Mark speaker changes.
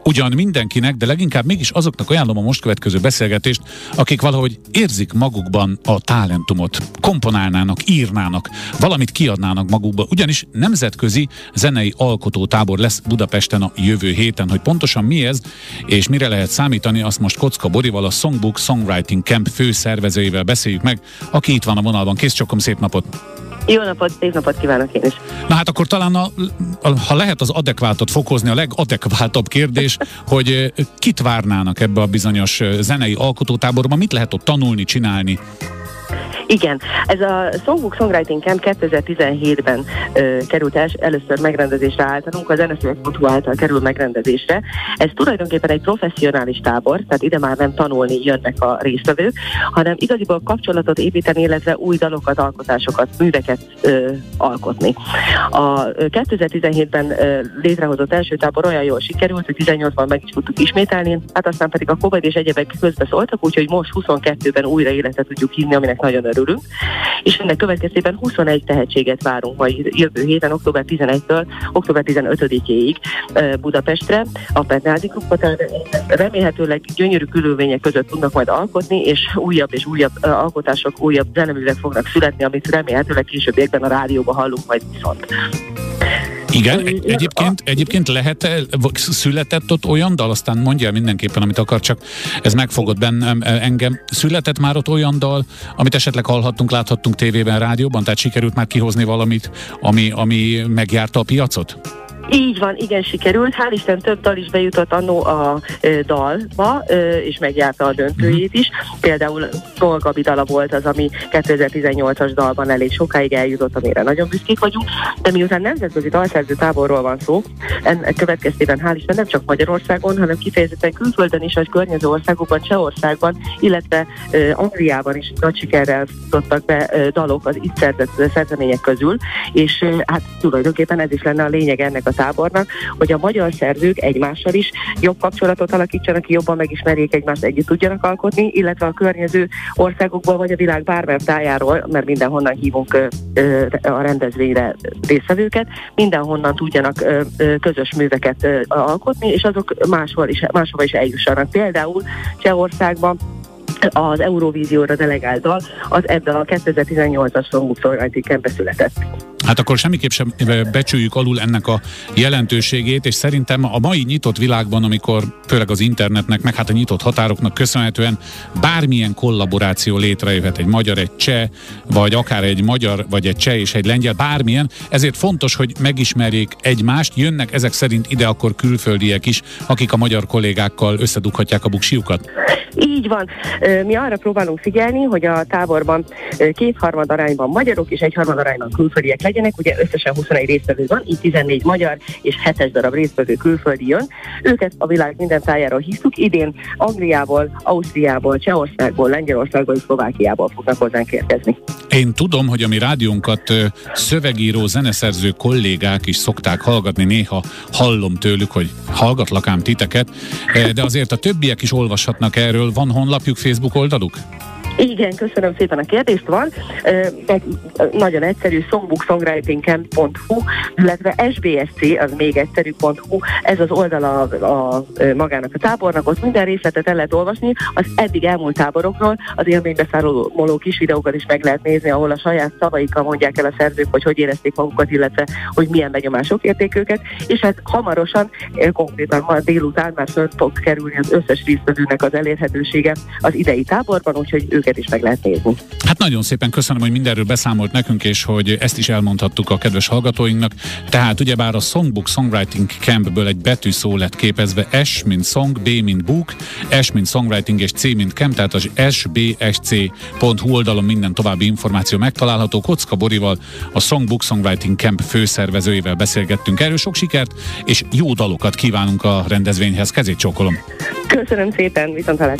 Speaker 1: ugyan mindenkinek, de leginkább mégis azoknak ajánlom a most következő beszélgetést, akik valahogy érzik magukban a talentumot, komponálnának, írnának, valamit kiadnának magukba, ugyanis nemzetközi zenei alkotótábor lesz Budapesten a jövő héten. Hogy pontosan mi ez, és mire lehet számítani, azt most Kocka Borival, a Songbook Songwriting Camp főszervezőjével beszéljük meg, aki itt van a vonalban. Kész csokom, szép napot!
Speaker 2: Jó napot, szép napot kívánok én is!
Speaker 1: Na hát akkor talán, ha lehet az adekvátot fokozni, a legadekvátabb kérdés, hogy kit várnának ebbe a bizonyos zenei alkotótáborban, mit lehet ott tanulni, csinálni?
Speaker 2: Igen, ez a Songbook Songwriting Camp 2017-ben került először megrendezésre általunk, az nsf.hu által kerül megrendezésre. Ez tulajdonképpen egy professzionális tábor, tehát ide már nem tanulni jönnek a résztvevők, hanem igaziból kapcsolatot építeni, illetve új dalokat, alkotásokat, műveket alkotni. A 2017-ben létrehozott első tábor olyan jól sikerült, hogy 18-ban meg is tudtuk ismételni, hát aztán pedig a Covid és egyebek közbeszóltak, úgyhogy most 22-ben újra életet tudjuk hívni, aminek nagyon örülünk. És ennek következtében 21 tehetséget várunk majd jövő héten, október 11-től október 15-ig Budapestre, a Petnázi Klubban. Remélhetőleg gyönyörű körülmények között tudnak majd alkotni, és újabb alkotások, újabb zeneművek fognak születni, amit remélhetőleg későbbiekben a rádióban hallunk majd viszont.
Speaker 1: Igen, egyébként született ott olyan dal, aztán mondja mindenképpen, amit akar, csak ez megfogott bennem engem. Született már ott olyan dal, amit esetleg hallhattunk, láthattunk tévében, rádióban, tehát sikerült már kihozni valamit, ami megjárta a piacot?
Speaker 2: Így van, igen, sikerült. Hál' Isten több dal is bejutott annó a dalba, és megjárta a döntőjét is. Például Szól Gabi dala volt az, ami 2018-as dalban elég sokáig eljutott, amire nagyon büszkék vagyunk. De miután nemzetközi dalszerző táborról van szó, ennek következtében hál' Isten nem csak Magyarországon, hanem kifejezetten külföldön is, a környező országokban, Csehországban, illetve Angliában is nagy sikerrel jutottak be dalok az itt szerzett szerzemények közül, és hát tulajdonképpen ez is lenne a lényeg ennek a tábornak, hogy a magyar szerzők egymással is jobb kapcsolatot alakítsanak ki, jobban megismerjék egymást, együtt tudjanak alkotni, illetve a környező országokból vagy a világ bármely tájáról, mert mindenhonnan hívunk a rendezvényre résztvevőket, mindenhonnan tudjanak közös műveket alkotni, és azok máshova is eljussanak. Például Csehországban az Eurovízióra delegált dal, az ebben a 2018-as Songbook Songwriting Campbe született.
Speaker 1: Hát akkor semmiképp sem becsüljük alul ennek a jelentőségét, és szerintem a mai nyitott világban, amikor főleg az internetnek, meg hát a nyitott határoknak köszönhetően bármilyen kollaboráció létrejöhet, egy magyar, egy cseh, vagy akár egy magyar, vagy egy cseh és egy lengyel, bármilyen, ezért fontos, hogy megismerjék egymást, jönnek ezek szerint ide akkor külföldiek is, akik a magyar kollégákkal összedughatják a buksiukat.
Speaker 2: Így van. Mi arra próbálunk figyelni, hogy a táborban 2/3 arányban magyarok és 1/3 arányban külföldiek legyenek. Ugye összesen 21 résztvevő van, így 14 magyar és 7 darab résztvevő külföldi jön. Őket a világ minden tájáról hívtuk. Idén Angliából, Ausztriából, Csehországból, Lengyelországból és Szlovákiából fognak hozzánk érkezni.
Speaker 1: Én tudom, hogy a mi rádiónkat szövegíró, zeneszerző kollégák is szokták hallgatni, néha hallom tőlük, hogy hallgatlak ám titeket, de azért a többiek is olvashatnak erről. Van honlapjuk, Facebook oldaluk?
Speaker 2: Igen, köszönöm szépen a kérdést, van. Nagyon egyszerű, songbooksongwritingcamp.hu, illetve sbsc, az még egyszerű.hu, ez az oldala magának a tábornak, ott minden részletet el lehet olvasni, az eddig elmúlt táborokról, az élménybeszámoló kis videókat is meg lehet nézni, ahol a saját szavaikkal mondják el a szerzők, hogy érezték magukat, illetve hogy milyen benyomások érték őket, és hát hamarosan, konkrétan ma délután már fönt fog kerülni az összes résztvevőnek az elérhetősége az idei táborban, úgyhogy őket is meg lehet nézni.
Speaker 1: Hát nagyon szépen köszönöm, hogy mindenről beszámolt nekünk, és hogy ezt is elmondhattuk a kedves hallgatóinknak. Tehát ugyebár a Songbook Songwriting Campből egy betűszó lett képezve, S mint song, B mint book, S mint songwriting és C mint camp, tehát az sbsc.hu oldalon minden további információ megtalálható. Kocka Borival, a Songbook Songwriting Camp főszervezőjével beszélgettünk erről. Sok sikert és jó dalokat kívánunk a rendezvényhez. Kezét csókolom!
Speaker 2: Köszönöm szépen, viszontlátásra!